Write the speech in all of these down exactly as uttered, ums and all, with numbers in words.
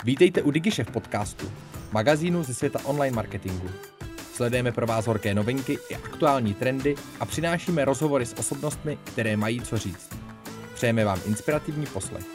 Vítejte u DigiShef podcastu, magazínu ze světa online marketingu. Sledujeme pro vás horké novinky i aktuální trendy a přinášíme rozhovory s osobnostmi, které mají co říct. Přejeme vám inspirativní poslech.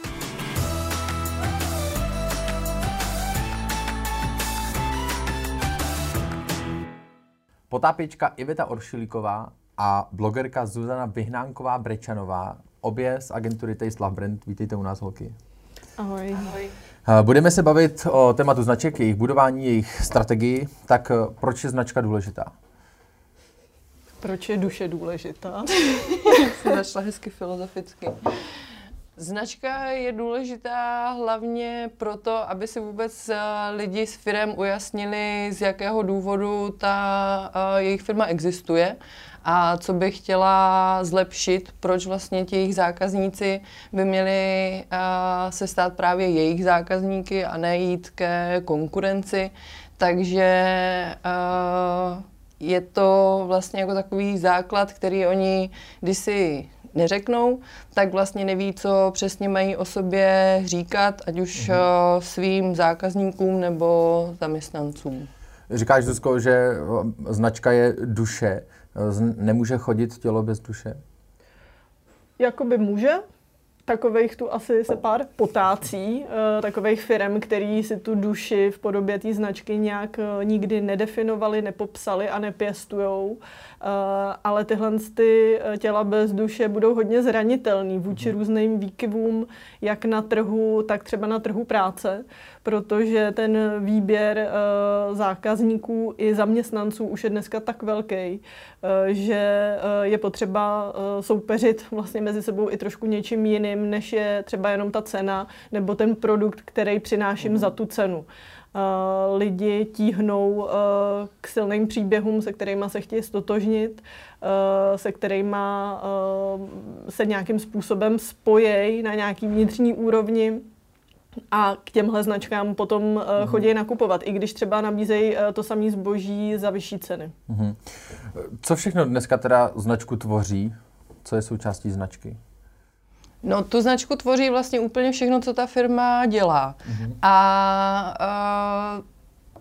Potápěčka Iveta Oršilíková a blogerka Zuzana Vyhnánková-Brečanová, obě z agentury Taste Love Brand. Vítejte u nás, holky. Ahoj. Ahoj. Budeme se bavit o tématu značek, jejich budování, jejich strategii. Tak proč je značka důležitá? Proč je duše důležitá? Jsem začala hezky filozoficky. Značka je důležitá hlavně proto, aby si vůbec lidi s firem ujasnili, z jakého důvodu ta jejich firma existuje a co by chtěla zlepšit, proč vlastně ti jejich zákazníci by měli se stát právě jejich zákazníky a nejít ke konkurenci. Takže je to vlastně jako takový základ, který oni, když si neřeknou, tak vlastně neví, co přesně mají o sobě říkat, ať už mhm. svým zákazníkům nebo zaměstnancům. Říkáš, Zuzko, že značka je duše. Nemůže chodit tělo bez duše? Jakoby může. Takových tu asi se pár potácí, takových firem, který si tu duši v podobě té značky nějak nikdy nedefinovali, nepopsali a nepěstujou. Ale tyhle ty těla bez duše budou hodně zranitelný vůči různým výkyvům, jak na trhu, tak třeba na trhu práce, protože ten výběr zákazníků i zaměstnanců už je dneska tak velký, že je potřeba soupeřit vlastně mezi sebou i trošku něčím jiným, než je třeba jenom ta cena nebo ten produkt, který přináším mm. za tu cenu. Uh, lidi tíhnou uh, k silným příběhům, se kterými se chtějí stotožnit, uh, se kterými uh, se nějakým způsobem spojí na nějaký vnitřní úrovni a k těmhle značkám potom uh, mm. chodí nakupovat, i když třeba nabízejí uh, to samé zboží za vyšší ceny. Mm. Co všechno dneska teda značku tvoří? Co je součástí značky? No, tu značku tvoří vlastně úplně všechno, co ta firma dělá. Mm-hmm. A uh,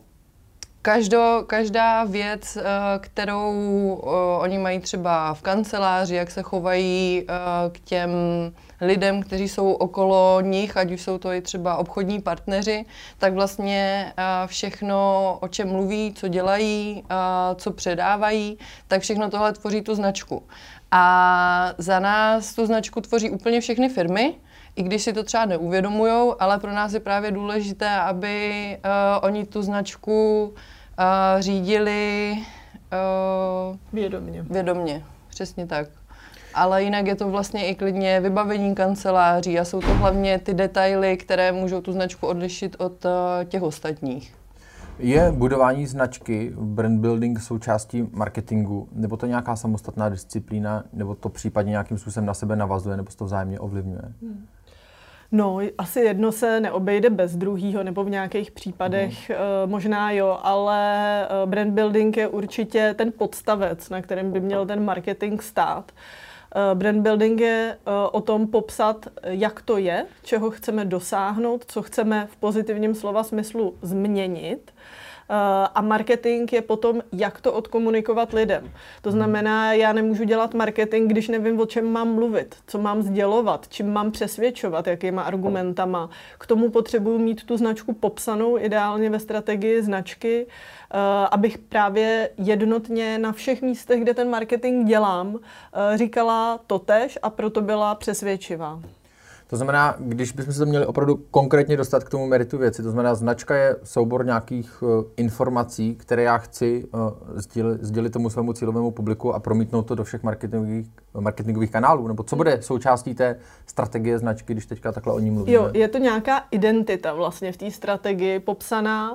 každo, každá věc, uh, kterou uh, oni mají třeba v kanceláři, jak se chovají uh, k těm lidem, kteří jsou okolo nich, ať už jsou to i třeba obchodní partneři, tak vlastně uh, všechno, o čem mluví, co dělají, uh, co předávají, tak všechno tohle tvoří tu značku. A za nás tu značku tvoří úplně všechny firmy, i když si to třeba neuvědomujou, ale pro nás je právě důležité, aby uh, oni tu značku uh, řídili uh, vědomně. Vědomně, přesně tak. Ale jinak je to vlastně i klidně vybavení kanceláří a jsou to hlavně ty detaily, které můžou tu značku odlišit od uh, těch ostatních. Je budování značky, brand building součástí marketingu, nebo to nějaká samostatná disciplína, nebo to případně nějakým způsobem na sebe navazuje, nebo se to vzájemně ovlivňuje? Hmm. No, asi jedno se neobejde bez druhýho, nebo v nějakých případech hmm. uh, možná jo, ale uh, brand building je určitě ten podstavec, na kterém by měl ten marketing stát. Uh, brand building je uh, o tom popsat, jak to je, čeho chceme dosáhnout, co chceme v pozitivním slova smyslu změnit. Uh, a marketing je potom, jak to odkomunikovat lidem. To znamená, já nemůžu dělat marketing, když nevím, o čem mám mluvit, co mám sdělovat, čím mám přesvědčovat, jakýma argumentama. K tomu potřebuji mít tu značku popsanou, ideálně ve strategii značky, uh, abych právě jednotně na všech místech, kde ten marketing dělám, uh, říkala totéž a proto byla přesvědčivá. To znamená, když bychom se to měli opravdu konkrétně dostat k tomu meritu věci, to znamená, značka je soubor nějakých uh, informací, které já chci uh, sdělit, sdělit tomu svému cílovému publiku a promítnout to do všech marketingových, marketingových kanálů, nebo co bude součástí té strategie značky, když teďka takhle o ní mluvíme? Jo, je to nějaká identita vlastně v té strategii popsaná, uh,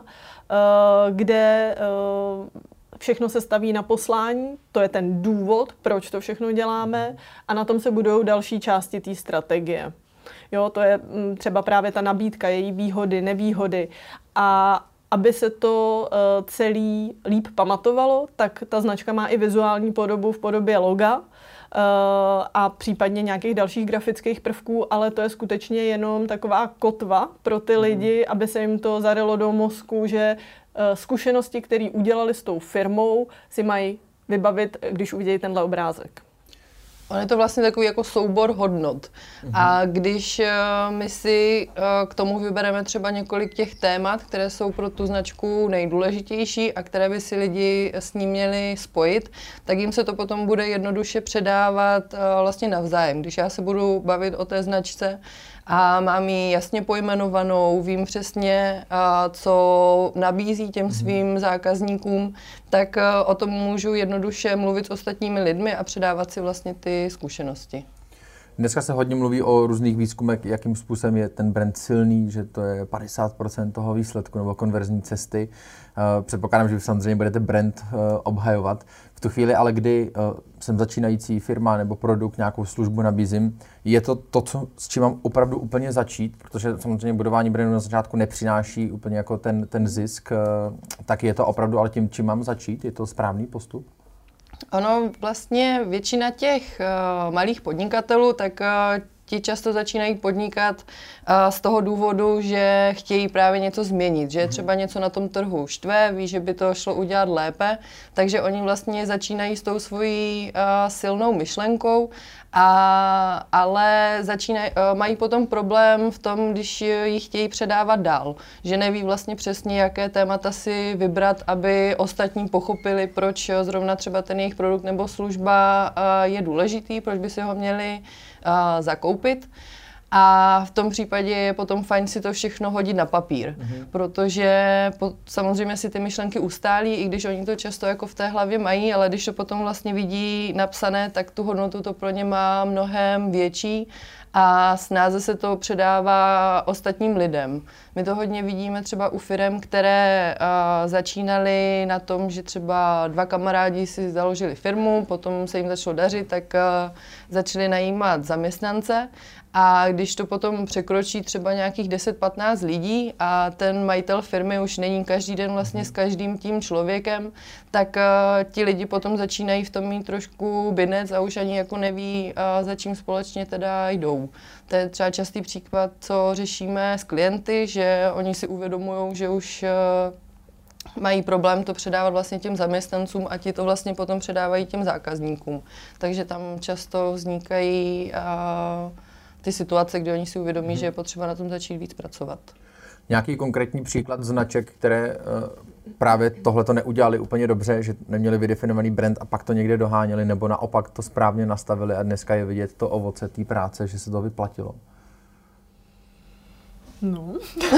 kde uh, všechno se staví na poslání, to je ten důvod, proč to všechno děláme, a na tom se budou další části té strategie. Jo, to je třeba právě ta nabídka, její výhody, nevýhody. A aby se to uh, celý líp pamatovalo, tak ta značka má i vizuální podobu v podobě loga, uh, a případně nějakých dalších grafických prvků, ale to je skutečně jenom taková kotva pro ty lidi, aby se jim to zarilo do mozku, že zkušenosti, které udělali s tou firmou, si mají vybavit, když uvidějí tenhle obrázek. On je to vlastně takový jako soubor hodnot. Mhm. A když uh, my si uh, k tomu vybereme třeba několik těch témat, které jsou pro tu značku nejdůležitější a které by si lidi s ní měli spojit, tak jim se to potom bude jednoduše předávat uh, vlastně navzájem. Když já se budu bavit o té značce a mám ji jasně pojmenovanou, vím přesně, co nabízí těm svým zákazníkům, tak o tom můžu jednoduše mluvit s ostatními lidmi a předávat si vlastně ty zkušenosti. Dneska se hodně mluví o různých výzkumech, jakým způsobem je ten brand silný, že to je padesát procent toho výsledku nebo konverzní cesty. Předpokládám, že vy samozřejmě budete brand obhajovat. V tu chvíli ale, kdy jsem začínající firma nebo produkt, nějakou službu nabízím, je to to, co, s čím mám opravdu úplně začít, protože samozřejmě budování brandu na začátku nepřináší úplně jako ten, ten zisk, tak je to opravdu ale tím, čím mám začít? Je to správný postup? Ono vlastně většina těch uh, malých podnikatelů, tak uh, ti často začínají podnikat uh, z toho důvodu, že chtějí právě něco změnit, že třeba něco na tom trhu štve, ví, že by to šlo udělat lépe, takže oni vlastně začínají s tou svojí uh, silnou myšlenkou, a, ale začínají, uh, mají potom problém v tom, když ji chtějí předávat dál, že neví vlastně přesně, jaké témata si vybrat, aby ostatní pochopili, proč zrovna třeba ten jejich produkt nebo služba uh, je důležitý, proč by si ho měli uh, zakoupit. A v tom případě je potom fajn si to všechno hodit na papír, mm-hmm. protože po, samozřejmě si ty myšlenky ustálí, i když oni to často jako v té hlavě mají, ale když to potom vlastně vidí napsané, tak tu hodnotu to pro ně má mnohem větší a snáze se to předává ostatním lidem. My to hodně vidíme třeba u firem, které uh, začínaly na tom, že třeba dva kamarádi si založili firmu, potom se jim začalo dařit, tak uh, začali najímat zaměstnance. A když to potom překročí třeba nějakých deset patnáct lidí a ten majitel firmy už není každý den vlastně s každým tím člověkem, tak uh, ti lidi potom začínají v tom mít trošku binec a už ani jako neví, uh, za čím společně teda jdou. To je třeba častý příklad, co řešíme s klienty, že oni si uvědomují, že už uh, mají problém to předávat vlastně těm zaměstnancům a ti to vlastně potom předávají těm zákazníkům. Takže tam často vznikají uh, ty situace, kdy oni si uvědomí, hmm. že je potřeba na tom začít víc pracovat. Nějaký konkrétní příklad značek, které uh, právě tohle to neudělali úplně dobře, že neměli vydefinovaný brand a pak to někde doháněli, nebo naopak to správně nastavili a dneska je vidět to ovoce té práce, že se to vyplatilo? No.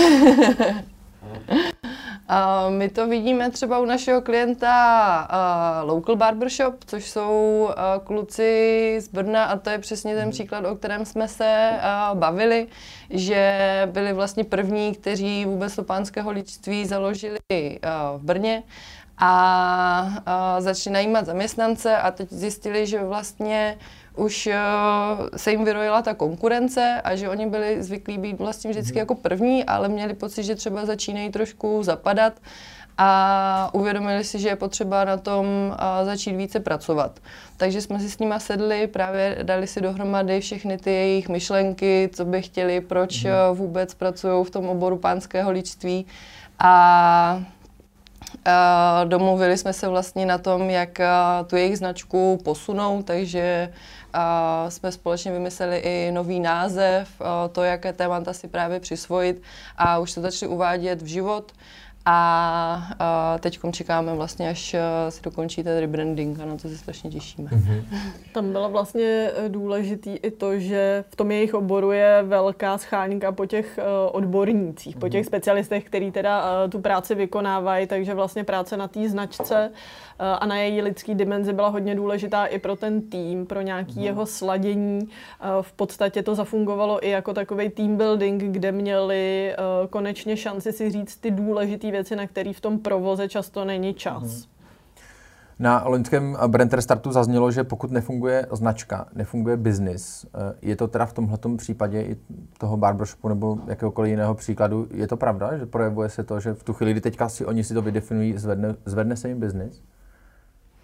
Uh, my to vidíme třeba u našeho klienta uh, Local Barbershop, což jsou uh, kluci z Brna a to je přesně ten příklad, o kterém jsme se uh, bavili, že byli vlastně první, kteří vůbec to pánské holičství založili uh, v Brně a uh, začali najímat zaměstnance a teď zjistili, že vlastně už uh, se jim vyrojila ta konkurence a že oni byli zvyklí být vlastně vždycky jako první, ale měli pocit, že třeba začínají trošku zapadat a uvědomili si, že je potřeba na tom uh, začít více pracovat. Takže jsme si s nima sedli, právě dali si dohromady všechny ty jejich myšlenky, co by chtěli, proč uh, vůbec pracují v tom oboru pánského líčství a Uh, domluvili jsme se vlastně na tom, jak uh, tu jejich značku posunou, takže uh, jsme společně vymysleli i nový název, uh, to, jaké témata si právě přisvojit a už to začali uvádět v život. A uh, teď čekáme vlastně, až uh, si dokončí ten rebranding a na to se strašně těšíme. Mm-hmm. Tam bylo vlastně důležitý i to, že v tom jejich oboru je velká scháňka po těch uh, odbornících, mm-hmm. po těch specialistech, který teda uh, tu práci vykonávají, takže vlastně práce na té značce uh, a na její lidský dimenzi byla hodně důležitá i pro ten tým, pro nějaký mm-hmm. jeho sladění. Uh, v podstatě to zafungovalo i jako takovej team building, kde měli uh, konečně šanci si říct ty důležitý věci, na který v tom provoze často není čas. Hmm. Na loňském Brand Restartu zaznělo, že pokud nefunguje značka, nefunguje biznis, je to teda v tomhletom případě i toho barbershopu nebo jakéhokoliv jiného příkladu, je to pravda, že projevuje se to, že v tu chvíli, kdy teďka si oni si to vydefinují, zvedne, zvedne se jim biznis?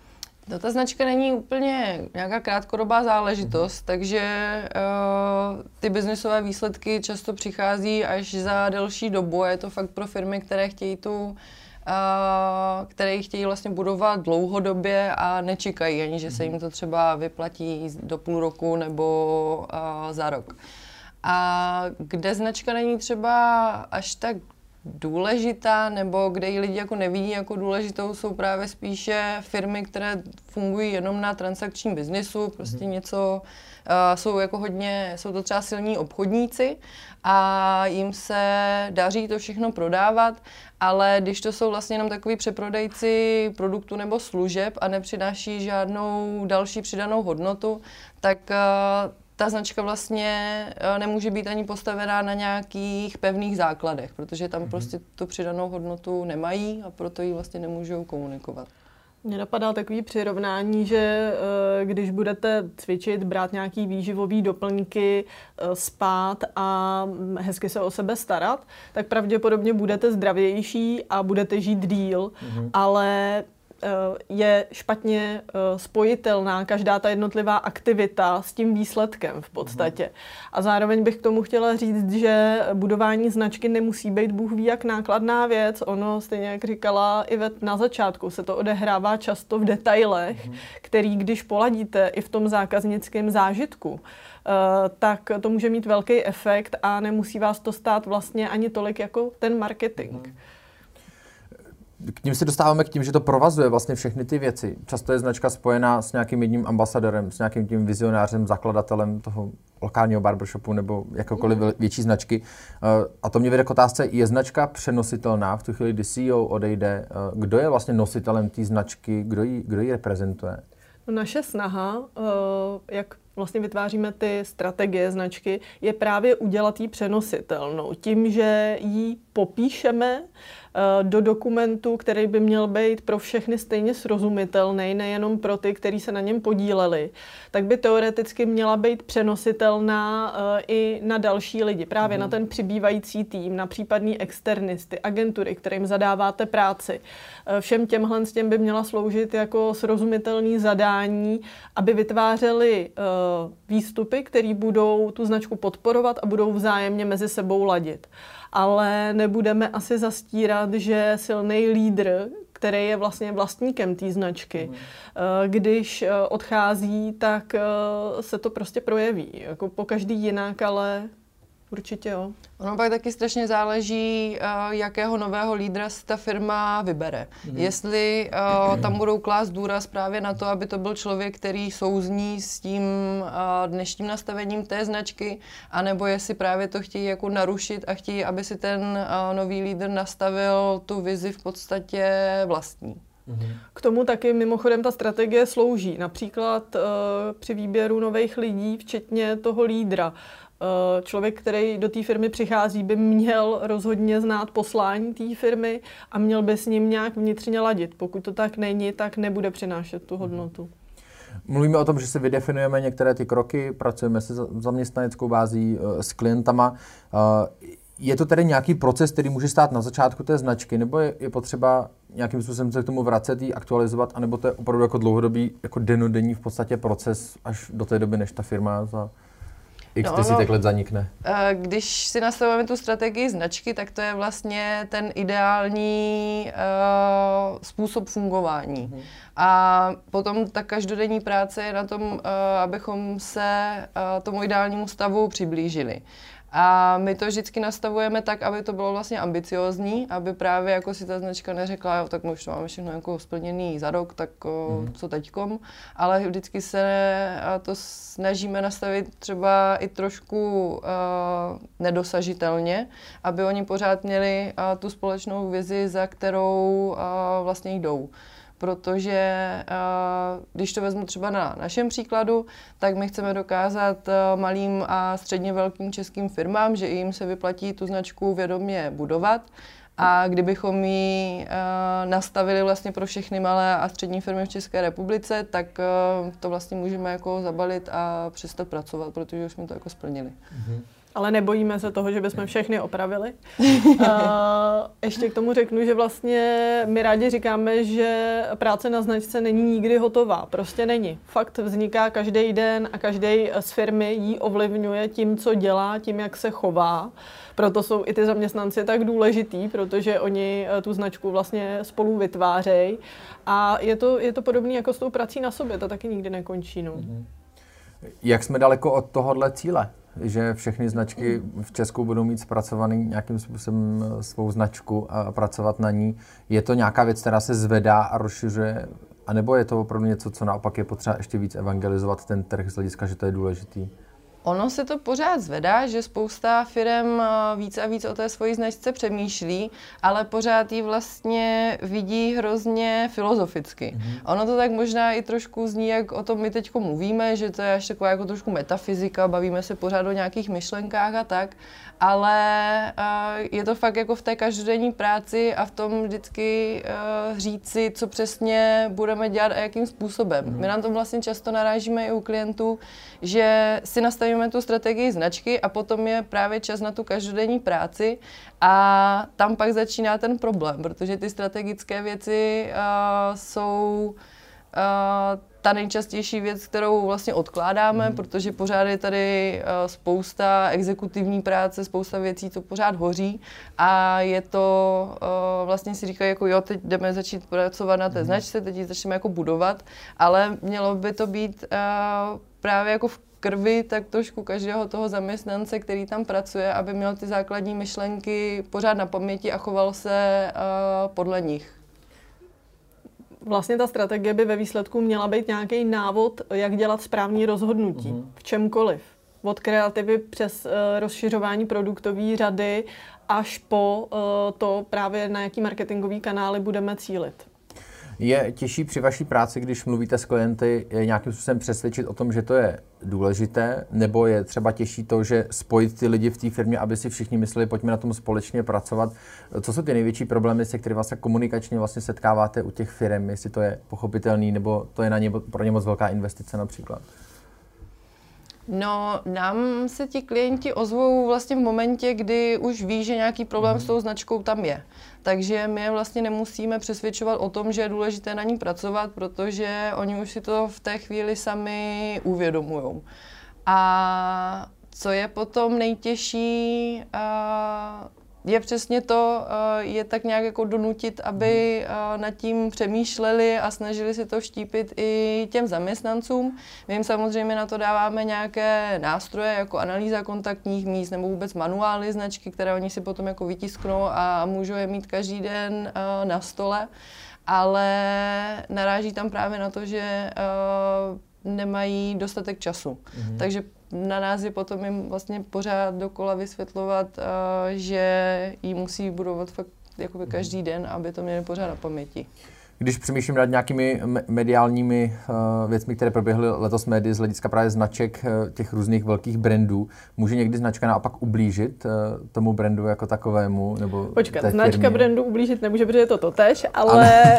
No, ta značka není úplně nějaká krátkodobá záležitost, mm. takže uh, ty biznisové výsledky často přichází až za delší dobu a je to fakt pro firmy, které chtějí tu, uh, které chtějí vlastně budovat dlouhodobě a nečekají ani, že se jim to třeba vyplatí do půl roku nebo uh, za rok. A kde značka není třeba až tak důležitá, nebo kde ji lidi jako nevidí jako důležitou, jsou právě spíše firmy, které fungují jenom na transakčním biznisu, prostě něco, uh, jsou jako hodně, jsou to třeba silní obchodníci a jim se daří to všechno prodávat, ale když to jsou vlastně jenom takový přeprodejci produktů nebo služeb a nepřináší žádnou další přidanou hodnotu, tak uh, ta značka vlastně nemůže být ani postavená na nějakých pevných základech, protože tam mm-hmm. prostě tu přidanou hodnotu nemají a proto ji vlastně nemůžou komunikovat. Mně napadá takový přirovnání, že když budete cvičit, brát nějaký výživový doplňky, spát a hezky se o sebe starat, tak pravděpodobně budete zdravější a budete žít díl, mm-hmm. ale je špatně spojitelná každá ta jednotlivá aktivita s tím výsledkem v podstatě. A zároveň bych k tomu chtěla říct, že budování značky nemusí být bůh ví jak nákladná věc. Ono, stejně jak říkala Ivet na začátku, se to odehrává často v detailech, který když poladíte i v tom zákaznickém zážitku, tak to může mít velký efekt a nemusí vás to stát vlastně ani tolik jako ten marketing. K ním se dostáváme k tím, že to provazuje vlastně všechny ty věci. Často je značka spojená s nějakým jedním ambasadorem, s nějakým tím vizionářem, zakladatelem toho lokálního barbershopu nebo jakékoliv větší značky. A to mě vede k otázce, je značka přenositelná v tu chvíli, kdy C E O odejde? Kdo je vlastně nositelem té značky, kdo ji, kdo ji reprezentuje? No, naše snaha, jak vlastně vytváříme ty strategie značky, je právě udělat ji přenositelnou. Tím, že ji popíšeme do dokumentu, který by měl být pro všechny stejně srozumitelný, nejenom pro ty, kteří se na něm podíleli, tak by teoreticky měla být přenositelná i na další lidi. Právě mm. na ten přibývající tým, na případný externisty, agentury, kterým zadáváte práci. Všem těmhle s těm by měla sloužit jako srozumitelný zadání, aby vytvářeli výstupy, které budou tu značku podporovat a budou vzájemně mezi sebou ladit. Ale nebudeme asi zastírat, že silný lídr, který je vlastně vlastníkem té značky, mm. když odchází, tak se to prostě projeví. Jako po každý jinak, ale určitě jo. Ono pak taky strašně záleží, jakého nového lídra si ta firma vybere. Mm. Jestli uh, tam budou klást důraz právě na to, aby to byl člověk, který souzní s tím uh, dnešním nastavením té značky, anebo jestli právě to chtějí jako narušit a chtějí, aby si ten uh, nový lídr nastavil tu vizi v podstatě vlastní. K tomu taky mimochodem ta strategie slouží. Například uh, při výběru nových lidí, včetně toho lídra. Člověk, který do té firmy přichází, by měl rozhodně znát poslání té firmy a měl by s ním nějak vnitřně ladit. Pokud to tak není, tak nebude přinášet tu hodnotu. Mluvíme o tom, že si vydefinujeme některé ty kroky, pracujeme se zaměstnaneckou bází, s klientama. Je to tedy nějaký proces, který může stát na začátku té značky, nebo je, je potřeba nějakým způsobem se k tomu vracet, jí aktualizovat, anebo to je opravdu jako dlouhodobý, jako dennodenní v podstatě proces až do té doby, než ta firma za x no, desítek let zanikne? Když si nastavujeme tu strategii značky, tak to je vlastně ten ideální uh, způsob fungování. Mm. A potom ta každodenní práce je na tom, uh, abychom se uh, tomu ideálnímu stavu přiblížili. A my to vždycky nastavujeme tak, aby to bylo vlastně ambiciózní, aby právě jako si ta značka neřekla, tak my už to máme všechno jako splněný za rok, tak mm. co teďkom, ale vždycky se to snažíme nastavit třeba i trošku uh, nedosažitelně, aby oni pořád měli uh, tu společnou vizi, za kterou uh, vlastně jdou. Protože když to vezmu třeba na našem příkladu, tak my chceme dokázat malým a středně velkým českým firmám, že jim se vyplatí tu značku vědomě budovat. A kdybychom ji nastavili vlastně pro všechny malé a střední firmy v České republice, tak to vlastně můžeme jako zabalit a přestat pracovat, protože už jsme to jako splnili. Ale nebojíme se toho, že bychom všechny opravili. uh, ještě k tomu řeknu, že vlastně my rádi říkáme, že práce na značce není nikdy hotová. Prostě není. Fakt vzniká každý den a každý z firmy ji ovlivňuje tím, co dělá, tím, jak se chová. Proto jsou i ty zaměstnanci tak důležitý, protože oni tu značku vlastně spolu vytvářejí. A je to, je to podobné jako s tou prací na sobě, to taky nikdy nekončí. No. Jak jsme daleko od tohohle cíle? Že všechny značky v Česku budou mít zpracovaný nějakým způsobem svou značku a pracovat na ní. Je to nějaká věc, která se zvedá a rozšiřuje? A nebo je to opravdu něco, co naopak je potřeba ještě víc evangelizovat ten trh z hlediska, že to je důležitý? Ono se to pořád zvedá, že spousta firem víc a víc o té svojí značce přemýšlí, ale pořád ji vlastně vidí hrozně filozoficky. Mm-hmm. Ono to tak možná i trošku zní, jak o tom my teď mluvíme, že to je až taková jako trošku metafyzika, bavíme se pořád o nějakých myšlenkách a tak, ale je to fakt jako v té každodenní práci a v tom vždycky říci, co přesně budeme dělat a jakým způsobem. Mm-hmm. My na tom vlastně často narážíme i u klientů, že si nastavíme tu strategii značky a potom je právě čas na tu každodenní práci a tam pak začíná ten problém, protože ty strategické věci uh, jsou uh, ta nejčastější věc, kterou vlastně odkládáme, mm. protože pořád je tady uh, spousta exekutivní práce, spousta věcí, co pořád hoří a je to, uh, vlastně si říkají, jako jo, teď jdeme začít pracovat na té mm. značce, teď ji začneme jako budovat, ale mělo by to být uh, právě jako v krvi tak trošku každého toho zaměstnance, který tam pracuje, aby měl ty základní myšlenky pořád na paměti a choval se uh, podle nich. Vlastně ta strategie by ve výsledku měla být nějaký návod, jak dělat správný rozhodnutí mm-hmm. v čemkoliv. Od kreativy přes uh, rozšiřování produktové řady až po uh, to právě na jaký marketingový kanály budeme cílit. Je těžší při vaší práci, když mluvíte s klienty, je nějakým způsobem přesvědčit o tom, že to je důležité, nebo je třeba těžší to, že spojit ty lidi v té firmě, aby si všichni mysleli, pojďme na tom společně pracovat. Co jsou ty největší problémy, se kterými se komunikačně vlastně setkáváte u těch firm, jestli to je pochopitelný, nebo to je na ně, pro ně moc velká investice například? No, nám se ti klienti ozvou vlastně v momentě, kdy už ví, že nějaký problém mm. s tou značkou tam je. Takže my je vlastně nemusíme přesvědčovat o tom, že je důležité na ní pracovat, protože oni už si to v té chvíli sami uvědomujou. A co je potom nejtěžší, je přesně to, je tak nějak jako donutit, aby nad tím přemýšleli a snažili se to vštípit i těm zaměstnancům. My jim samozřejmě na to dáváme nějaké nástroje, jako analýza kontaktních míst nebo vůbec manuály značky, které oni si potom jako vytisknou a můžou je mít každý den na stole. Ale naráží tam právě na to, že nemají dostatek času. Mhm. Takže na nás je potom jim vlastně pořád dokola vysvětlovat, uh, že ji musí budovat fakt jakoby každý den, aby to měli pořád na paměti. Když přemýšlím nad nějakými mediálními uh, věcmi, které proběhly letos médii z hlediska právě značek uh, těch různých velkých brandů, může někdy značka naopak ublížit uh, tomu brandu jako takovému? Nebo Počkat, značka brandu ublížit nemůže, protože je to totéž, ale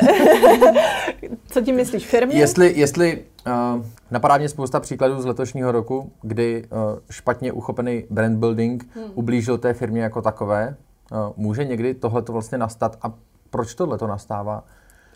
co tím myslíš, firmě? Jestli, jestli uh, napadá mě spousta příkladů z letošního roku, kdy uh, špatně uchopený brand building hmm. ublížil té firmě jako takové. Uh, může někdy tohleto vlastně nastat a proč tohleto nastává?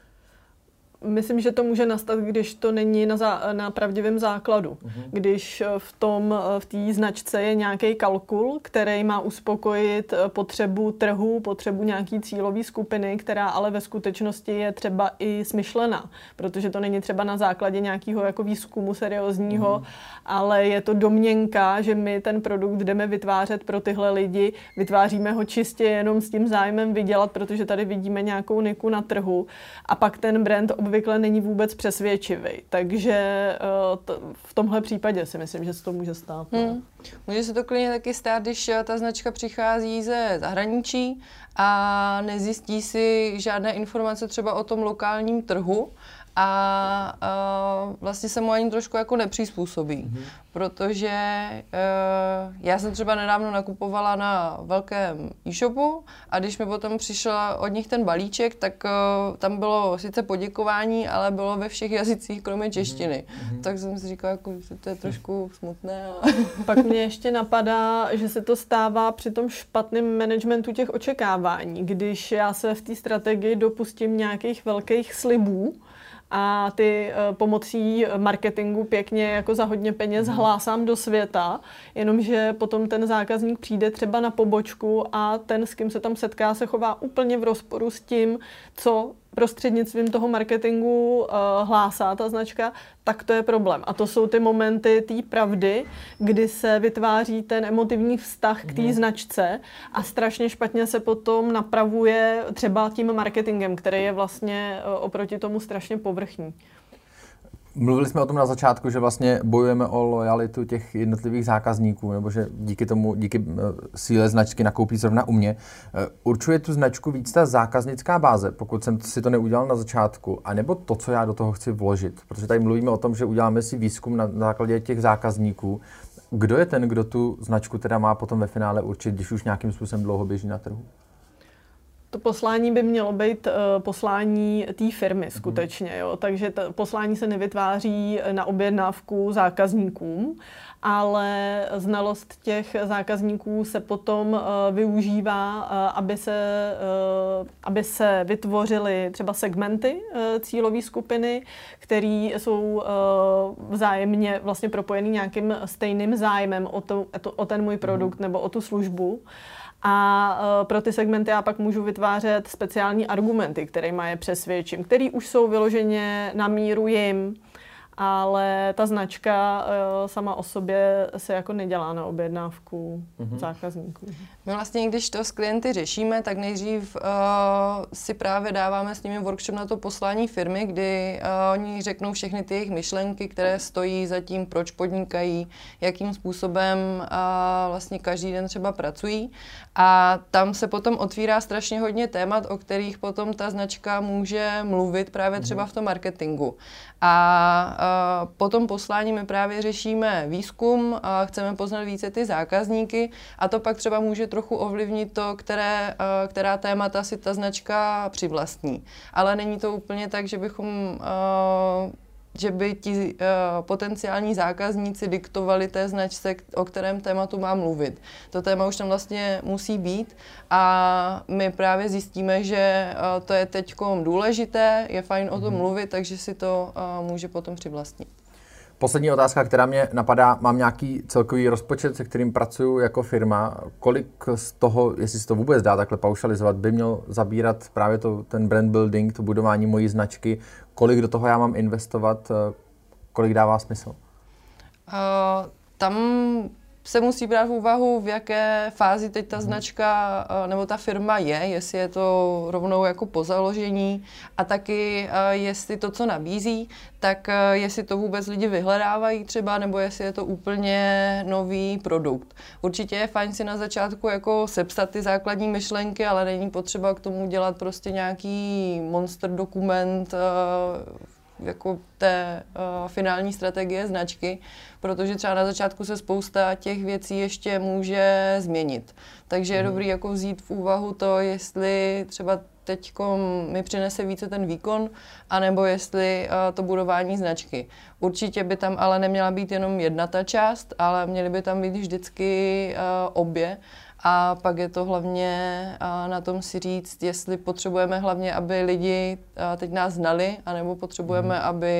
Myslím, že to může nastat, když to není na, zá, na pravdivém základu. Uh-huh. Když v tom, v té značce je nějaký kalkul, který má uspokojit potřebu trhu, potřebu nějaký cílové skupiny, která ale ve skutečnosti je třeba i smyšlená, protože to není třeba na základě nějakého jako výzkumu seriózního, uh-huh. ale je to domněnka, že my ten produkt jdeme vytvářet pro tyhle lidi, vytváříme ho čistě jenom s tím zájmem vydělat, protože tady vidíme nějakou niku na trhu a pak ten brand obvykle není vůbec přesvědčivý. Takže to, v tomhle případě si myslím, že se to může stát. Hmm. Může se to klidně taky stát, když ta značka přichází ze zahraničí a nezjistí si žádné informace třeba o tom lokálním trhu a uh, vlastně se mu ani trošku jako nepřizpůsobí, mm-hmm. protože uh, já jsem třeba nedávno nakupovala na velkém e-shopu a když mi potom přišel od nich ten balíček, tak uh, tam bylo sice poděkování, ale bylo ve všech jazycích kromě češtiny. Mm-hmm. Tak jsem si říkala, jako, že to je trošku smutné. Ale... Pak mě ještě napadá, že se to stává při tom špatném managementu těch očekávání, když já se v té strategii dopustím nějakých velkých slibů, a ty uh, pomocí marketingu pěkně jako za hodně peněz hlásám do světa, jenomže potom ten zákazník přijde třeba na pobočku a ten, s kým se tam setká, se chová úplně v rozporu s tím, co prostřednictvím toho marketingu uh, hlásá ta značka, tak to je problém. A to jsou ty momenty té pravdy, kdy se vytváří ten emotivní vztah k té mm. značce a strašně špatně se potom napravuje třeba tím marketingem, který je vlastně uh, oproti tomu strašně povrchní. Mluvili jsme o tom na začátku, že vlastně bojujeme o lojalitu těch jednotlivých zákazníků, nebo že díky tomu, díky síle značky nakoupí zrovna u mě. Určuje tu značku víc ta zákaznická báze, pokud jsem si to neudělal na začátku, anebo to, co já do toho chci vložit. Protože tady mluvíme o tom, že uděláme si výzkum na základě těch zákazníků. Kdo je ten, kdo tu značku teda má potom ve finále určit, když už nějakým způsobem dlouho běží na trhu? To poslání by mělo být uh, poslání té firmy skutečně, jo? Takže to poslání se nevytváří na objednávku zákazníkům, ale znalost těch zákazníků se potom uh, využívá, uh, aby, se, uh, aby se vytvořily třeba segmenty uh, cílové skupiny, které jsou uh, vzájemně vlastně propojený nějakým stejným zájmem o, to, o ten můj produkt nebo o tu službu. A uh, pro ty segmenty já pak můžu vytvářet speciální argumenty, kterými je přesvědčím, který už jsou vyloženě na míru jim, ale ta značka uh, sama o sobě se jako nedělá na objednávku mm-hmm. zákazníků. My vlastně, když to s klienty řešíme, tak nejdřív uh, si právě dáváme s nimi workshop na to poslání firmy, kdy uh, oni řeknou všechny ty jejich myšlenky, které stojí za tím, proč podnikají, jakým způsobem uh, vlastně každý den třeba pracují. A tam se potom otvírá strašně hodně témat, o kterých potom ta značka může mluvit právě třeba v tom marketingu. A uh, po tom poslání my právě řešíme výzkum, uh, chceme poznat více ty zákazníky a to pak třeba může trochu ovlivnit to, které, uh, která témata si ta značka přivlastní. Ale není to úplně tak, že bychom... Uh, že by ti uh, potenciální zákazníci diktovali té značce, o kterém tématu má mluvit. To téma už tam vlastně musí být a my právě zjistíme, že uh, to je teďkom důležité, je fajn o tom mluvit, takže si to uh, může potom přivlastnit. Poslední otázka, která mě napadá, mám nějaký celkový rozpočet, se kterým pracuji jako firma. Kolik z toho, jestli se to vůbec dá takhle paušalizovat, by měl zabírat právě to, ten brand building, to budování mojí značky? Kolik do toho já mám investovat? Kolik dává smysl? Uh, tam se musí brát v úvahu, v jaké fázi teď ta značka nebo ta firma je, jestli je to rovnou jako po založení a taky jestli to, co nabízí, tak jestli to vůbec lidi vyhledávají třeba, nebo jestli je to úplně nový produkt. Určitě je fajn si na začátku jako sepsat ty základní myšlenky, ale není potřeba k tomu dělat prostě nějaký monster dokument jako té uh, finální strategie značky, protože třeba na začátku se spousta těch věcí ještě může změnit. Takže je dobrý jako vzít v úvahu to, jestli třeba teďko mi přinese více ten výkon, anebo jestli uh, to budování značky. Určitě by tam ale neměla být jenom jedna ta část, ale měly by tam být vždycky uh, obě. A pak je to hlavně na tom si říct, jestli potřebujeme hlavně, aby lidi teď nás znali, anebo potřebujeme, aby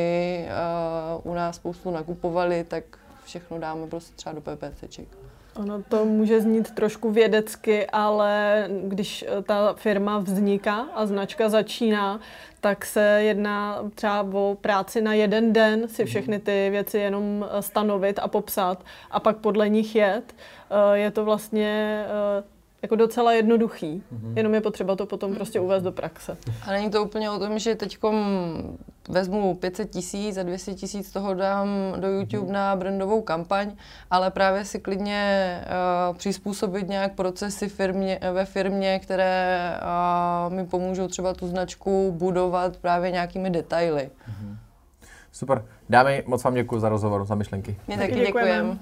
u nás spoustu nakupovali, tak všechno dáme prostě třeba do PPCček. Ono to může znít trošku vědecky, ale když ta firma vzniká a značka začíná, tak se jedná třeba o práci na jeden den, si všechny ty věci jenom stanovit a popsat a pak podle nich jet. Je to vlastně jako docela jednoduchý, jenom je potřeba to potom prostě uvést do praxe. A není to úplně o tom, že teďkom vezmu pět set tisíc a dvě stě tisíc toho dám do YouTube mm. na brandovou kampaň, ale právě si klidně uh, přizpůsobit nějak procesy firmě, ve firmě, které uh, mi pomůžou třeba tu značku budovat právě nějakými detaily. Mm. Super. Dámy, moc vám děkuji za rozhovor, za myšlenky. My taky děkujeme.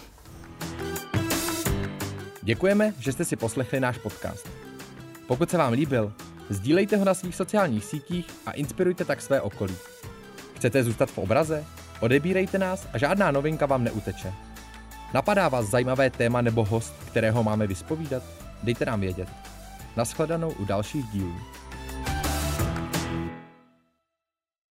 Děkujeme, že jste si poslechli náš podcast. Pokud se vám líbil, sdílejte ho na svých sociálních sítích a inspirujte tak své okolí. Chcete zůstat v obraze? Odebírejte nás a žádná novinka vám neuteče. Napadá vás zajímavé téma nebo host, kterého máme vyspovídat? Dejte nám vědět. Nashledanou u dalších dílů.